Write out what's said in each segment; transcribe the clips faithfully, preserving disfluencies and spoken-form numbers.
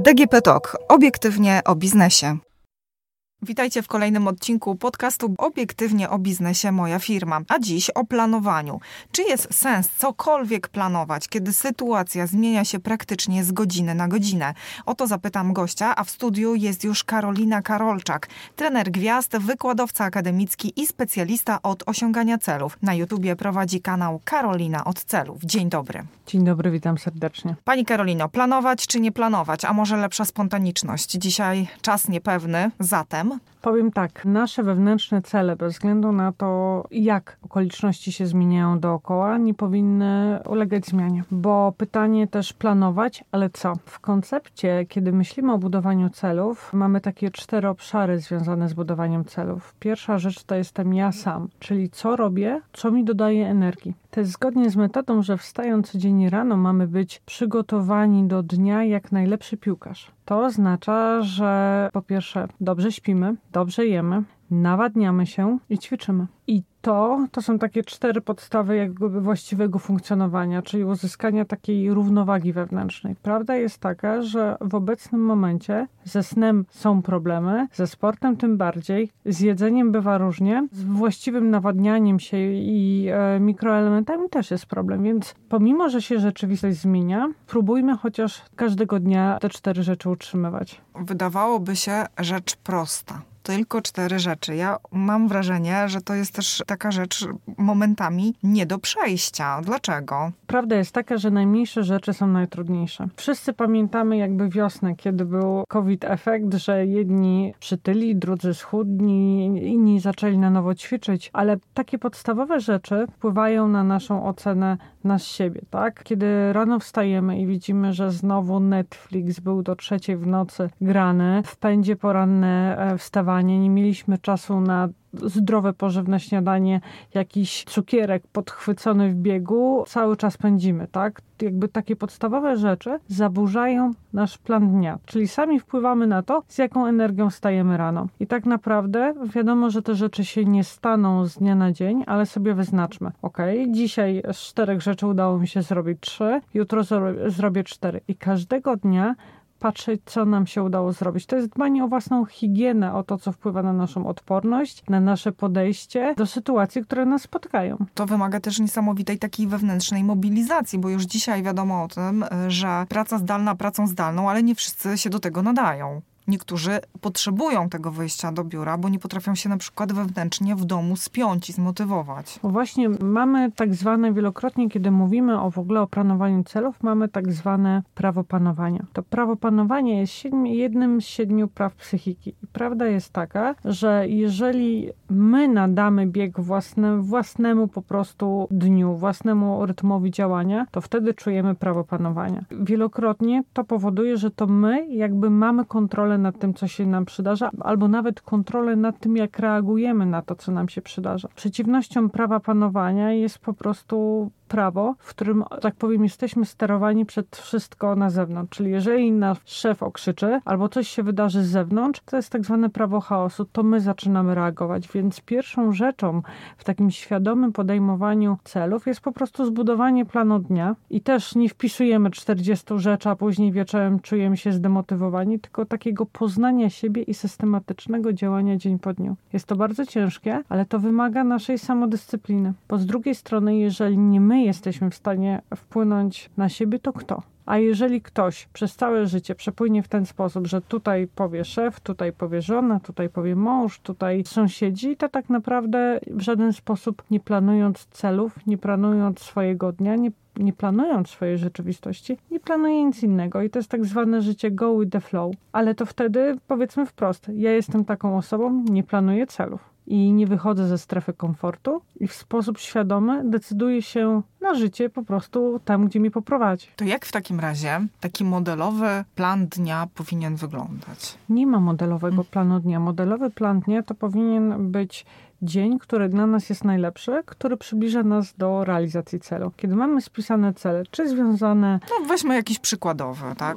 D G P Talk. Obiektywnie o biznesie. Witajcie w kolejnym odcinku podcastu Obiektywnie o biznesie Moja firma. A dziś o planowaniu. Czy jest sens cokolwiek planować, kiedy sytuacja zmienia się praktycznie z godziny na godzinę? O to zapytam gościa, a w studiu jest już Karolina Karolczak, trener gwiazd, wykładowca akademicki i specjalista od osiągania celów. Na YouTubie prowadzi kanał Karolina od celów. Dzień dobry. Dzień dobry, witam serdecznie. Pani Karolino, planować czy nie planować, a może lepsza spontaniczność? Dzisiaj czas niepewny, zatem... Powiem tak, nasze wewnętrzne cele, bez względu na to, jak okoliczności się zmieniają dookoła, nie powinny ulegać zmianie. Bo pytanie też planować, ale co? W koncepcie, kiedy myślimy o budowaniu celów, mamy takie cztery obszary związane z budowaniem celów. Pierwsza rzecz to jestem ja sam, czyli co robię, co mi dodaje energii. To jest zgodnie z metodą, że wstając codziennie rano mamy być przygotowani do dnia jak najlepszy piłkarz. To oznacza, że po pierwsze dobrze śpimy, dobrze jemy, nawadniamy się i ćwiczymy. I to, to są takie cztery podstawy jakby właściwego funkcjonowania, czyli uzyskania takiej równowagi wewnętrznej. Prawda jest taka, że w obecnym momencie ze snem są problemy, ze sportem tym bardziej, z jedzeniem bywa różnie, z właściwym nawadnianiem się i e, mikroelementami też jest problem, więc pomimo, że się rzeczywistość zmienia, próbujmy chociaż każdego dnia te cztery rzeczy utrzymywać. Wydawałoby się rzecz prosta. Tylko cztery rzeczy. Ja mam wrażenie, że to jest też taka rzecz momentami nie do przejścia. Dlaczego? Prawda jest taka, że najmniejsze rzeczy są najtrudniejsze. Wszyscy pamiętamy jakby wiosnę, kiedy był COVID efekt, że jedni przytyli, drudzy schudni, inni zaczęli na nowo ćwiczyć, ale takie podstawowe rzeczy wpływają na naszą ocenę nas siebie, tak? Kiedy rano wstajemy i widzimy, że znowu Netflix był do trzeciej w nocy grany, w pędzie poranne wstawanie, nie mieliśmy czasu na zdrowe, pożywne śniadanie, jakiś cukierek podchwycony w biegu, cały czas pędzimy, tak? Jakby takie podstawowe rzeczy zaburzają nasz plan dnia, czyli sami wpływamy na to, z jaką energią wstajemy rano. I tak naprawdę wiadomo, że te rzeczy się nie staną z dnia na dzień, ale sobie wyznaczmy. Ok, dzisiaj z czterech rzeczy udało mi się zrobić trzy, jutro zro- zrobię cztery. I każdego dnia patrzeć, co nam się udało zrobić. To jest dbanie o własną higienę, o to, co wpływa na naszą odporność, na nasze podejście do sytuacji, które nas spotkają. To wymaga też niesamowitej takiej wewnętrznej mobilizacji, bo już dzisiaj wiadomo o tym, że praca zdalna pracą zdalną, ale nie wszyscy się do tego nadają. Niektórzy potrzebują tego wyjścia do biura, bo nie potrafią się na przykład wewnętrznie w domu spiąć i zmotywować. Bo właśnie mamy tak zwane, wielokrotnie kiedy mówimy o w ogóle o planowaniu celów, mamy tak zwane prawo panowania. To prawo panowania jest siedmi, jednym z siedmiu praw psychiki. I prawda jest taka, że jeżeli my nadamy bieg własne, własnemu po prostu dniu, własnemu rytmowi działania, to wtedy czujemy prawo panowania. Wielokrotnie to powoduje, że to my jakby mamy kontrolę nad tym, co się nam przydarza, albo nawet kontrolę nad tym, jak reagujemy na to, co nam się przydarza. Przeciwnością prawa panowania jest po prostu prawo, w którym, tak powiem, jesteśmy sterowani przed wszystko na zewnątrz. Czyli jeżeli nasz szef okrzyczy, albo coś się wydarzy z zewnątrz, to jest tak zwane prawo chaosu, to my zaczynamy reagować. Więc pierwszą rzeczą w takim świadomym podejmowaniu celów jest po prostu zbudowanie planu dnia i też nie wpisujemy czterdziestu rzeczy, a później wieczorem czujemy się zdemotywowani, tylko takiego poznania siebie i systematycznego działania dzień po dniu. Jest to bardzo ciężkie, ale to wymaga naszej samodyscypliny. Bo z drugiej strony, jeżeli nie my jesteśmy w stanie wpłynąć na siebie, to kto? A jeżeli ktoś przez całe życie przepłynie w ten sposób, że tutaj powie szef, tutaj powie żona, tutaj powie mąż, tutaj sąsiedzi, to tak naprawdę w żaden sposób nie planując celów, nie planując swojego dnia, nie, nie planując swojej rzeczywistości, nie planuje nic innego. I to jest tak zwane życie go with the flow. Ale to wtedy powiedzmy wprost, ja jestem taką osobą, nie planuję celów. I nie wychodzę ze strefy komfortu i w sposób świadomy decyduję się na życie po prostu tam, gdzie mnie poprowadzi. To jak w takim razie taki modelowy plan dnia powinien wyglądać? Nie ma modelowego planu dnia. Modelowy plan dnia to powinien być dzień, który dla nas jest najlepszy, który przybliża nas do realizacji celu. Kiedy mamy spisane cele, czy związane... No weźmy jakiś przykładowy, tak?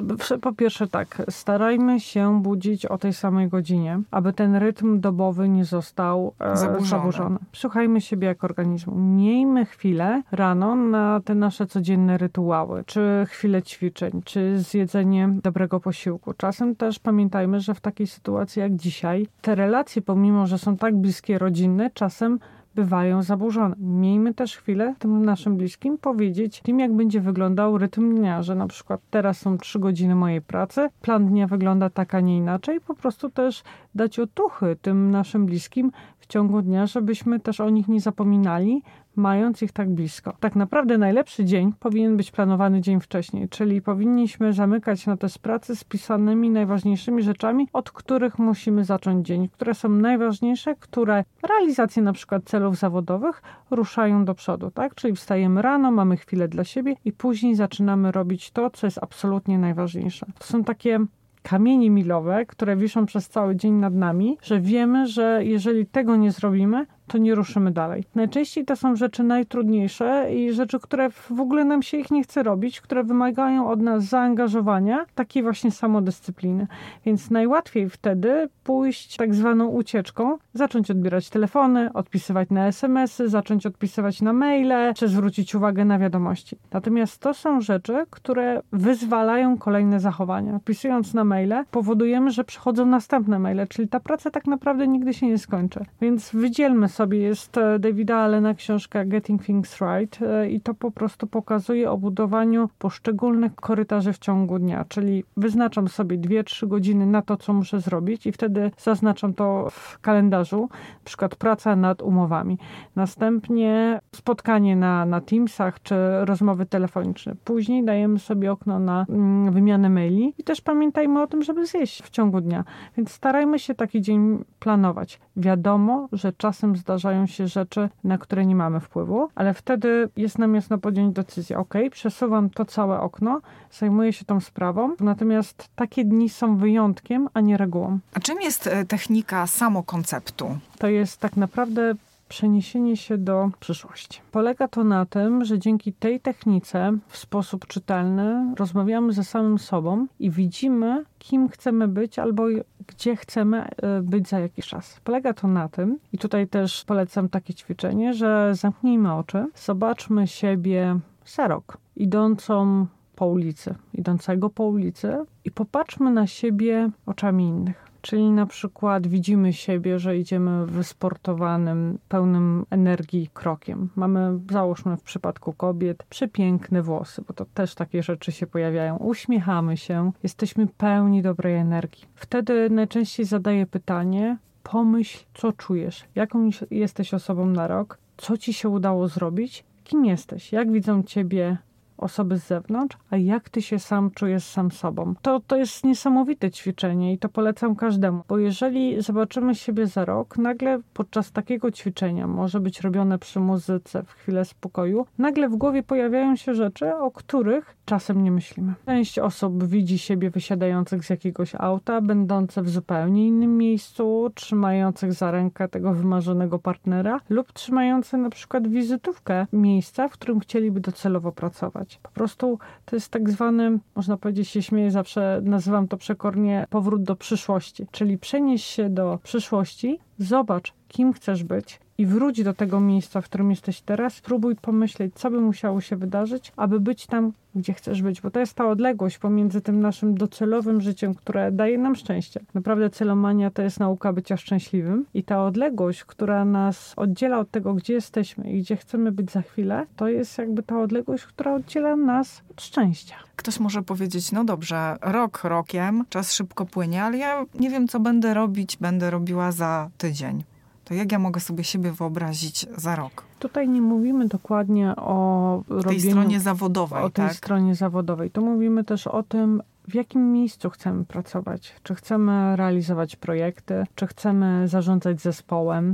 Po pierwsze tak, starajmy się budzić o tej samej godzinie, aby ten rytm dobowy nie został e, zaburzony. zaburzony. Słuchajmy siebie jak organizmu. Miejmy chwilę rano na te nasze codzienne rytuały, czy chwilę ćwiczeń, czy zjedzenie dobrego posiłku. Czasem też pamiętajmy, że w takiej sytuacji jak dzisiaj, te relacje, pomimo że są tak bliskie, rodzinne, czasem bywają zaburzone. Miejmy też chwilę tym naszym bliskim powiedzieć tym, jak będzie wyglądał rytm dnia, że na przykład teraz są trzy godziny mojej pracy, plan dnia wygląda tak, a nie inaczej. Po prostu też dać otuchy tym naszym bliskim w ciągu dnia, żebyśmy też o nich nie zapominali, mając ich tak blisko. Tak naprawdę najlepszy dzień powinien być planowany dzień wcześniej, czyli powinniśmy zamykać notes z pracy z pisanymi najważniejszymi rzeczami, od których musimy zacząć dzień, które są najważniejsze, które realizację na przykład celów zawodowych ruszają do przodu, tak? Czyli wstajemy rano, mamy chwilę dla siebie i później zaczynamy robić to, co jest absolutnie najważniejsze. To są takie kamienie milowe, które wiszą przez cały dzień nad nami, że wiemy, że jeżeli tego nie zrobimy, to nie ruszymy dalej. Najczęściej to są rzeczy najtrudniejsze i rzeczy, które w ogóle nam się ich nie chce robić, które wymagają od nas zaangażowania, takiej właśnie samodyscypliny. Więc najłatwiej wtedy pójść tak zwaną ucieczką, zacząć odbierać telefony, odpisywać na es em esy, zacząć odpisywać na maile, czy zwrócić uwagę na wiadomości. Natomiast to są rzeczy, które wyzwalają kolejne zachowania. Odpisując na maile, powodujemy, że przychodzą następne maile, czyli ta praca tak naprawdę nigdy się nie skończy. Więc wydzielmy sobie, jest Davida Allena książka Getting Things Right i to po prostu pokazuje o budowaniu poszczególnych korytarzy w ciągu dnia, czyli wyznaczam sobie dwie trzy godziny na to, co muszę zrobić i wtedy zaznaczam to w kalendarzu, na przykład praca nad umowami. Następnie spotkanie na, na Teamsach czy rozmowy telefoniczne. Później dajemy sobie okno na mm, wymianę maili i też pamiętajmy o tym, żeby zjeść w ciągu dnia. Więc starajmy się taki dzień planować. Wiadomo, że czasem zdarzają się rzeczy, na które nie mamy wpływu, ale wtedy jest nam jasno podjąć decyzję. Ok, przesuwam to całe okno, zajmuję się tą sprawą, natomiast takie dni są wyjątkiem, a nie regułą. A czym jest technika samokonceptu? To jest tak naprawdę przeniesienie się do przyszłości. Polega to na tym, że dzięki tej technice w sposób czytelny rozmawiamy ze samym sobą i widzimy, kim chcemy być albo gdzie chcemy być za jakiś czas. Polega to na tym, i tutaj też polecam takie ćwiczenie, że zamknijmy oczy, zobaczmy siebie za rok, idącą po ulicy, idącego po ulicy i popatrzmy na siebie oczami innych. Czyli na przykład widzimy siebie, że idziemy wysportowanym, pełnym energii krokiem. Mamy, załóżmy w przypadku kobiet, przepiękne włosy, bo to też takie rzeczy się pojawiają. Uśmiechamy się, jesteśmy pełni dobrej energii. Wtedy najczęściej zadaję pytanie, pomyśl, co czujesz, jaką jesteś osobą na rok, co ci się udało zrobić, kim jesteś, jak widzą ciebie osoby z zewnątrz, a jak ty się sam czujesz sam sobą. To, to jest niesamowite ćwiczenie i to polecam każdemu, bo jeżeli zobaczymy siebie za rok, nagle podczas takiego ćwiczenia, może być robione przy muzyce, w chwilę spokoju, nagle w głowie pojawiają się rzeczy, o których czasem nie myślimy. Część osób widzi siebie wysiadających z jakiegoś auta, będące w zupełnie innym miejscu, trzymających za rękę tego wymarzonego partnera lub trzymające na przykład wizytówkę miejsca, w którym chcieliby docelowo pracować. Po prostu to jest tak zwany, można powiedzieć, się śmieję, zawsze nazywam to przekornie, powrót do przyszłości. Czyli przenieś się do przyszłości, zobacz, kim chcesz być i wróć do tego miejsca, w którym jesteś teraz. Spróbuj pomyśleć, co by musiało się wydarzyć, aby być tam, gdzie chcesz być. Bo to jest ta odległość pomiędzy tym naszym docelowym życiem, które daje nam szczęście. Naprawdę celomania to jest nauka bycia szczęśliwym. I ta odległość, która nas oddziela od tego, gdzie jesteśmy i gdzie chcemy być za chwilę, to jest jakby ta odległość, która oddziela nas od szczęścia. Ktoś może powiedzieć, no dobrze, rok rokiem, czas szybko płynie, ale ja nie wiem, co będę robić, będę robiła za tydzień. To jak ja mogę sobie siebie wyobrazić za rok? Tutaj nie mówimy dokładnie o tej robieniu, stronie zawodowej, o tej tak? stronie zawodowej. Tu mówimy też o tym, w jakim miejscu chcemy pracować. Czy chcemy realizować projekty, czy chcemy zarządzać zespołem.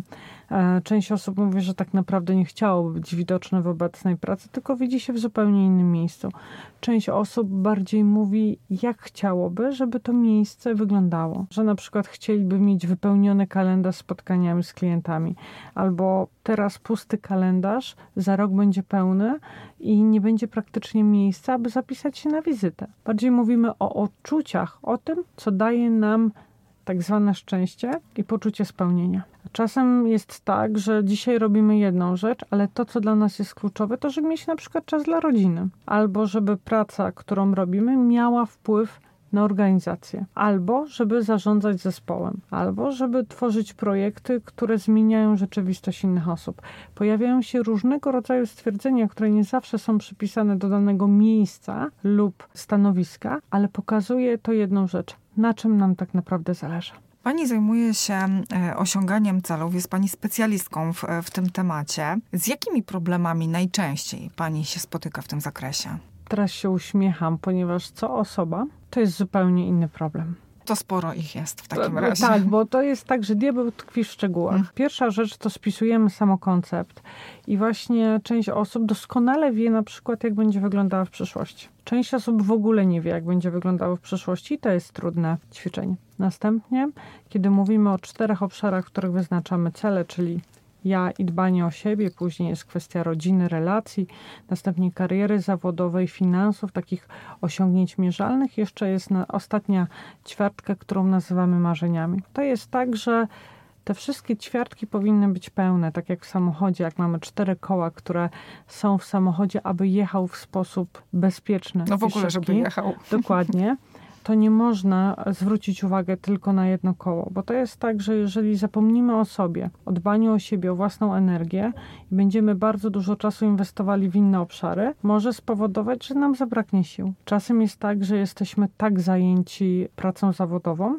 Część osób mówi, że tak naprawdę nie chciałoby być widoczne w obecnej pracy, tylko widzi się w zupełnie innym miejscu. Część osób bardziej mówi, jak chciałoby, żeby to miejsce wyglądało. Że na przykład chcieliby mieć wypełniony kalendarz spotkaniami z klientami. Albo teraz pusty kalendarz, za rok będzie pełny i nie będzie praktycznie miejsca, aby zapisać się na wizytę. Bardziej mówimy o odczuciach, o tym, co daje nam tak zwane szczęście i poczucie spełnienia. Czasem jest tak, że dzisiaj robimy jedną rzecz, ale to, co dla nas jest kluczowe, to żeby mieć na przykład czas dla rodziny. Albo żeby praca, którą robimy, miała wpływ na organizację. Albo żeby zarządzać zespołem. Albo żeby tworzyć projekty, które zmieniają rzeczywistość innych osób. Pojawiają się różnego rodzaju stwierdzenia, które nie zawsze są przypisane do danego miejsca lub stanowiska, ale pokazuje to jedną rzecz. Na czym nam tak naprawdę zależy. Pani zajmuje się osiąganiem celów, jest Pani specjalistką w, w tym temacie. Z jakimi problemami najczęściej Pani się spotyka w tym zakresie? Teraz się uśmiecham, ponieważ co osoba, to jest zupełnie inny problem. To sporo ich jest w takim razie. Tak, bo to jest tak, że diabeł tkwi w szczegółach. Pierwsza rzecz to spisujemy samokoncept i właśnie część osób doskonale wie na przykład, jak będzie wyglądała w przyszłości. Część osób w ogóle nie wie, jak będzie wyglądało w przyszłości i to jest trudne ćwiczenie. Następnie, kiedy mówimy o czterech obszarach, w których wyznaczamy cele, czyli ja i dbanie o siebie, później jest kwestia rodziny, relacji, następnie kariery zawodowej, finansów, takich osiągnięć mierzalnych. Jeszcze jest na ostatnia ćwiartka, którą nazywamy marzeniami. To jest tak, że te wszystkie ćwiartki powinny być pełne, tak jak w samochodzie, jak mamy cztery koła, które są w samochodzie, aby jechał w sposób bezpieczny. No w ogóle, żeby jechał. Dokładnie. To nie można zwrócić uwagę tylko na jedno koło, bo to jest tak, że jeżeli zapomnimy o sobie, o dbaniu o siebie, o własną energię i będziemy bardzo dużo czasu inwestowali w inne obszary, może spowodować, że nam zabraknie sił. Czasem jest tak, że jesteśmy tak zajęci pracą zawodową,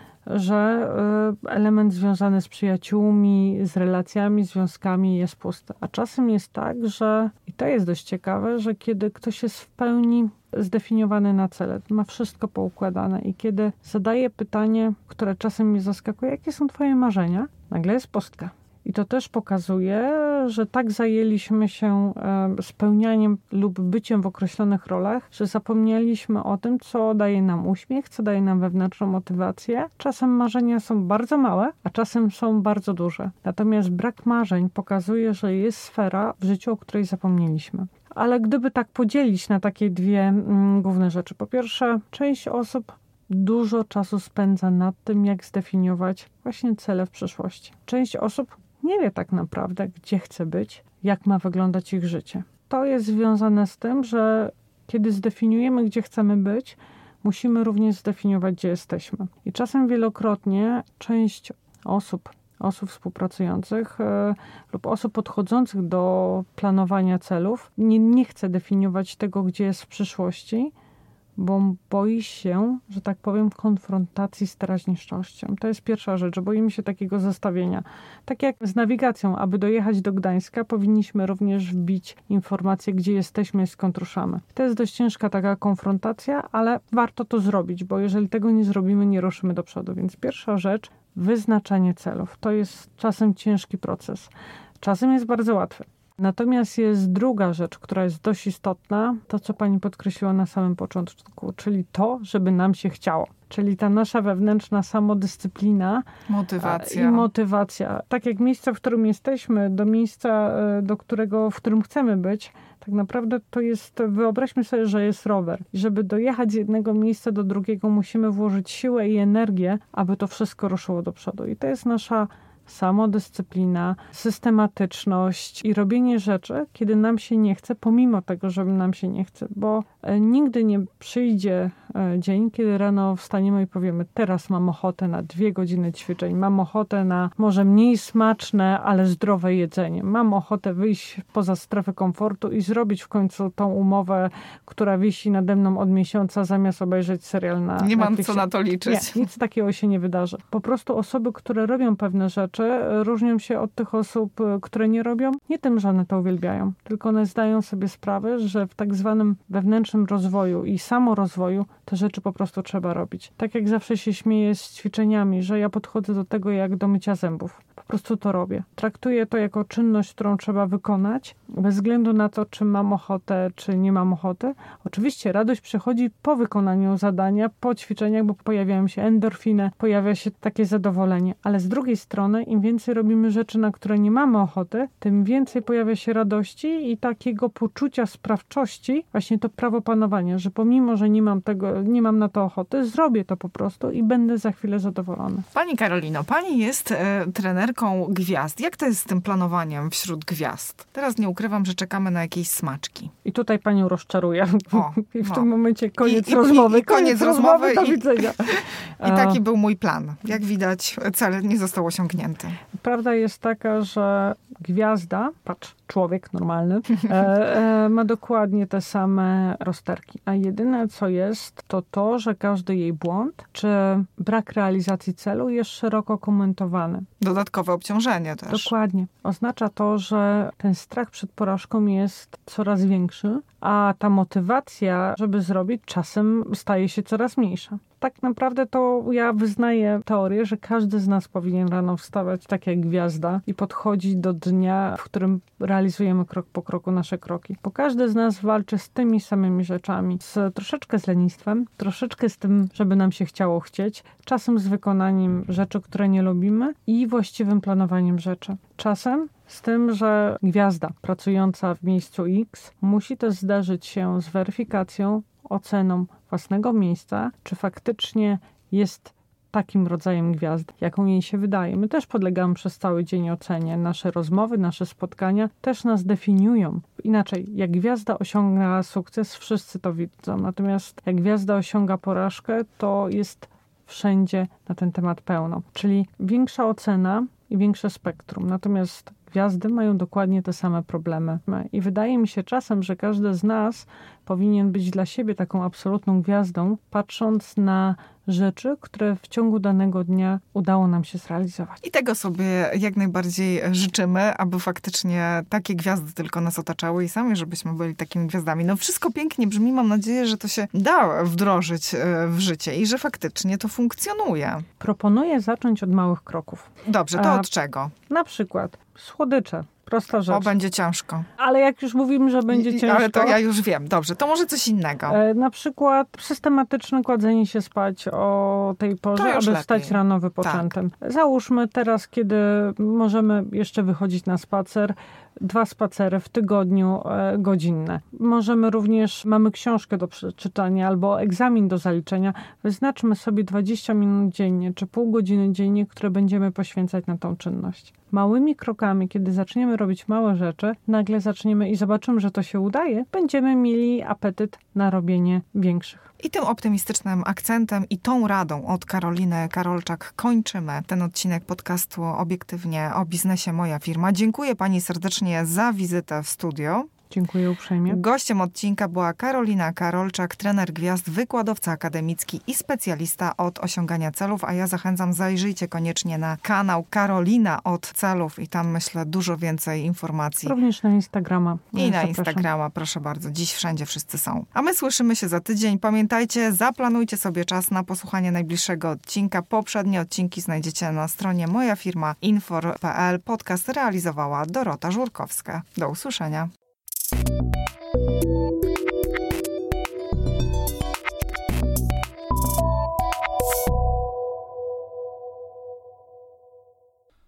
że element związany z przyjaciółmi, z relacjami, związkami jest pusty. A czasem jest tak, że, i to jest dość ciekawe, że kiedy ktoś jest w pełni zdefiniowany na cele, ma wszystko poukładane i kiedy zadaje pytanie, które czasem mnie zaskakuje, jakie są twoje marzenia, nagle jest pustka. I to też pokazuje, że tak zajęliśmy się spełnianiem lub byciem w określonych rolach, że zapomnieliśmy o tym, co daje nam uśmiech, co daje nam wewnętrzną motywację. Czasem marzenia są bardzo małe, a czasem są bardzo duże. Natomiast brak marzeń pokazuje, że jest sfera w życiu, o której zapomnieliśmy. Ale gdyby tak podzielić na takie dwie mm, główne rzeczy. Po pierwsze, część osób dużo czasu spędza nad tym, jak zdefiniować właśnie cele w przyszłości. Część osób nie wie tak naprawdę, gdzie chce być, jak ma wyglądać ich życie. To jest związane z tym, że kiedy zdefiniujemy, gdzie chcemy być, musimy również zdefiniować, gdzie jesteśmy. I czasem wielokrotnie część osób, osób współpracujących e, lub osób podchodzących do planowania celów nie, nie chce definiować tego, gdzie jest w przyszłości, bo boi się, że tak powiem, konfrontacji z teraźniejszością. To jest pierwsza rzecz, że boimy się takiego zestawienia. Tak jak z nawigacją, aby dojechać do Gdańska, powinniśmy również wbić informację, gdzie jesteśmy i skąd ruszamy. To jest dość ciężka taka konfrontacja, ale warto to zrobić, bo jeżeli tego nie zrobimy, nie ruszymy do przodu. Więc pierwsza rzecz, wyznaczanie celów. To jest czasem ciężki proces. Czasem jest bardzo łatwy. Natomiast jest druga rzecz, która jest dość istotna, to co pani podkreśliła na samym początku, czyli to, żeby nam się chciało. Czyli ta nasza wewnętrzna samodyscyplina motywacja. i motywacja. Tak jak miejsce, w którym jesteśmy, do miejsca, do którego, w którym chcemy być, tak naprawdę to jest, wyobraźmy sobie, że jest rower. I żeby dojechać z jednego miejsca do drugiego, musimy włożyć siłę i energię, aby to wszystko ruszyło do przodu. I to jest nasza samodyscyplina, systematyczność i robienie rzeczy, kiedy nam się nie chce, pomimo tego, że nam się nie chce, bo nigdy nie przyjdzie dzień, kiedy rano wstaniemy i powiemy, teraz mam ochotę na dwie godziny ćwiczeń, mam ochotę na może mniej smaczne, ale zdrowe jedzenie, mam ochotę wyjść poza strefę komfortu i zrobić w końcu tą umowę, która wisi nade mną od miesiąca, zamiast obejrzeć serial na Nie mam Netflixie. co na to liczyć. Nie, nic takiego się nie wydarzy. Po prostu osoby, które robią pewne rzeczy, różnią się od tych osób, które nie robią, nie tym, że one to uwielbiają, tylko one zdają sobie sprawę, że w tak zwanym wewnętrznym rozwoju i samorozwoju te rzeczy po prostu trzeba robić. Tak jak zawsze się śmieję z ćwiczeniami, że ja podchodzę do tego jak do mycia zębów. Po prostu to robię. Traktuję to jako czynność, którą trzeba wykonać, bez względu na to, czy mam ochotę, czy nie mam ochoty. Oczywiście radość przychodzi po wykonaniu zadania, po ćwiczeniach, bo pojawiają się endorfiny, pojawia się takie zadowolenie. Ale z drugiej strony, im więcej robimy rzeczy, na które nie mamy ochoty, tym więcej pojawia się radości i takiego poczucia sprawczości, właśnie to prawo panowania, że pomimo, że nie mam tego, nie mam na to ochoty, zrobię to po prostu i będę za chwilę zadowolony. Pani Karolino, pani jest e, trenerką gwiazd. Jak to jest z tym planowaniem wśród gwiazd? Teraz nie ukrywam, że czekamy na jakieś smaczki. I tutaj panią rozczaruję. O, I w no. tym momencie koniec I, rozmowy. I, i koniec, koniec rozmowy. Do i, widzenia. I taki był mój plan. Jak widać, cel nie został osiągnięty. Prawda jest taka, że gwiazda, patrz, człowiek normalny, e, e, ma dokładnie te same rozterki. A jedyne, co jest, to to, że każdy jej błąd, czy brak realizacji celu jest szeroko komentowany. Dodatkowe obciążenie też. Dokładnie. Oznacza to, że ten strach przed porażką jest coraz większy, a ta motywacja, żeby zrobić, czasem staje się coraz mniejsza. Tak naprawdę to ja wyznaję teorię, że każdy z nas powinien rano wstawać tak jak gwiazda i podchodzić do dnia, w którym realizujemy krok po kroku nasze kroki. Bo każdy z nas walczy z tymi samymi rzeczami. Z, troszeczkę z lenistwem, troszeczkę z tym, żeby nam się chciało chcieć, czasem z wykonaniem rzeczy, które nie lubimy i właściwym planowaniem rzeczy. Czasem z tym, że gwiazda pracująca w miejscu X musi też zdarzyć się z weryfikacją, oceną własnego miejsca, czy faktycznie jest takim rodzajem gwiazdy, jaką jej się wydaje. My też podlegamy przez cały dzień ocenie. Nasze rozmowy, nasze spotkania też nas definiują. Inaczej, jak gwiazda osiąga sukces, wszyscy to widzą. Natomiast jak gwiazda osiąga porażkę, to jest wszędzie na ten temat pełno. Czyli większa ocena i większe spektrum. Natomiast gwiazdy mają dokładnie te same problemy. I wydaje mi się czasem, że każdy z nas powinien być dla siebie taką absolutną gwiazdą, patrząc na rzeczy, które w ciągu danego dnia udało nam się zrealizować. I tego sobie jak najbardziej życzymy, aby faktycznie takie gwiazdy tylko nas otaczały i sami, żebyśmy byli takimi gwiazdami. No wszystko pięknie brzmi, mam nadzieję, że to się da wdrożyć w życie i że faktycznie to funkcjonuje. Proponuję zacząć od małych kroków. Dobrze, to A, od czego? Na przykład słodycze. Prosta rzecz. O, będzie ciężko. Ale jak już mówimy, że będzie I, ciężko... Ale to ja już wiem. Dobrze, to może coś innego. E, na przykład systematyczne kładzenie się spać o tej porze, aby lepiej. Wstać rano wypoczętym. Tak. Załóżmy teraz, kiedy możemy jeszcze wychodzić na spacer, dwa spacery w tygodniu e, godzinne. Możemy również, mamy książkę do przeczytania albo egzamin do zaliczenia. Wyznaczmy sobie dwadzieścia minut dziennie, czy pół godziny dziennie, które będziemy poświęcać na tą czynność. Małymi krokami, kiedy zaczniemy robić małe rzeczy, nagle zaczniemy i zobaczymy, że to się udaje, będziemy mieli apetyt na robienie większych. I tym optymistycznym akcentem i tą radą od Karoliny Karolczak kończymy ten odcinek podcastu Obiektywnie o biznesie Moja Firma. Dziękuję pani serdecznie za wizytę w studio. Dziękuję uprzejmie. Gościem odcinka była Karolina Karolczak, trener gwiazd, wykładowca akademicki i specjalista od osiągania celów, a ja zachęcam, zajrzyjcie koniecznie na kanał Karolina od celów i tam myślę dużo więcej informacji. Również na Instagrama. I na Zapraszam. Instagrama, proszę bardzo. Dziś wszędzie wszyscy są. A my słyszymy się za tydzień. Pamiętajcie, zaplanujcie sobie czas na posłuchanie najbliższego odcinka. Poprzednie odcinki znajdziecie na stronie moja firma infor kropka p l. Podcast realizowała Dorota Żurkowska. Do usłyszenia.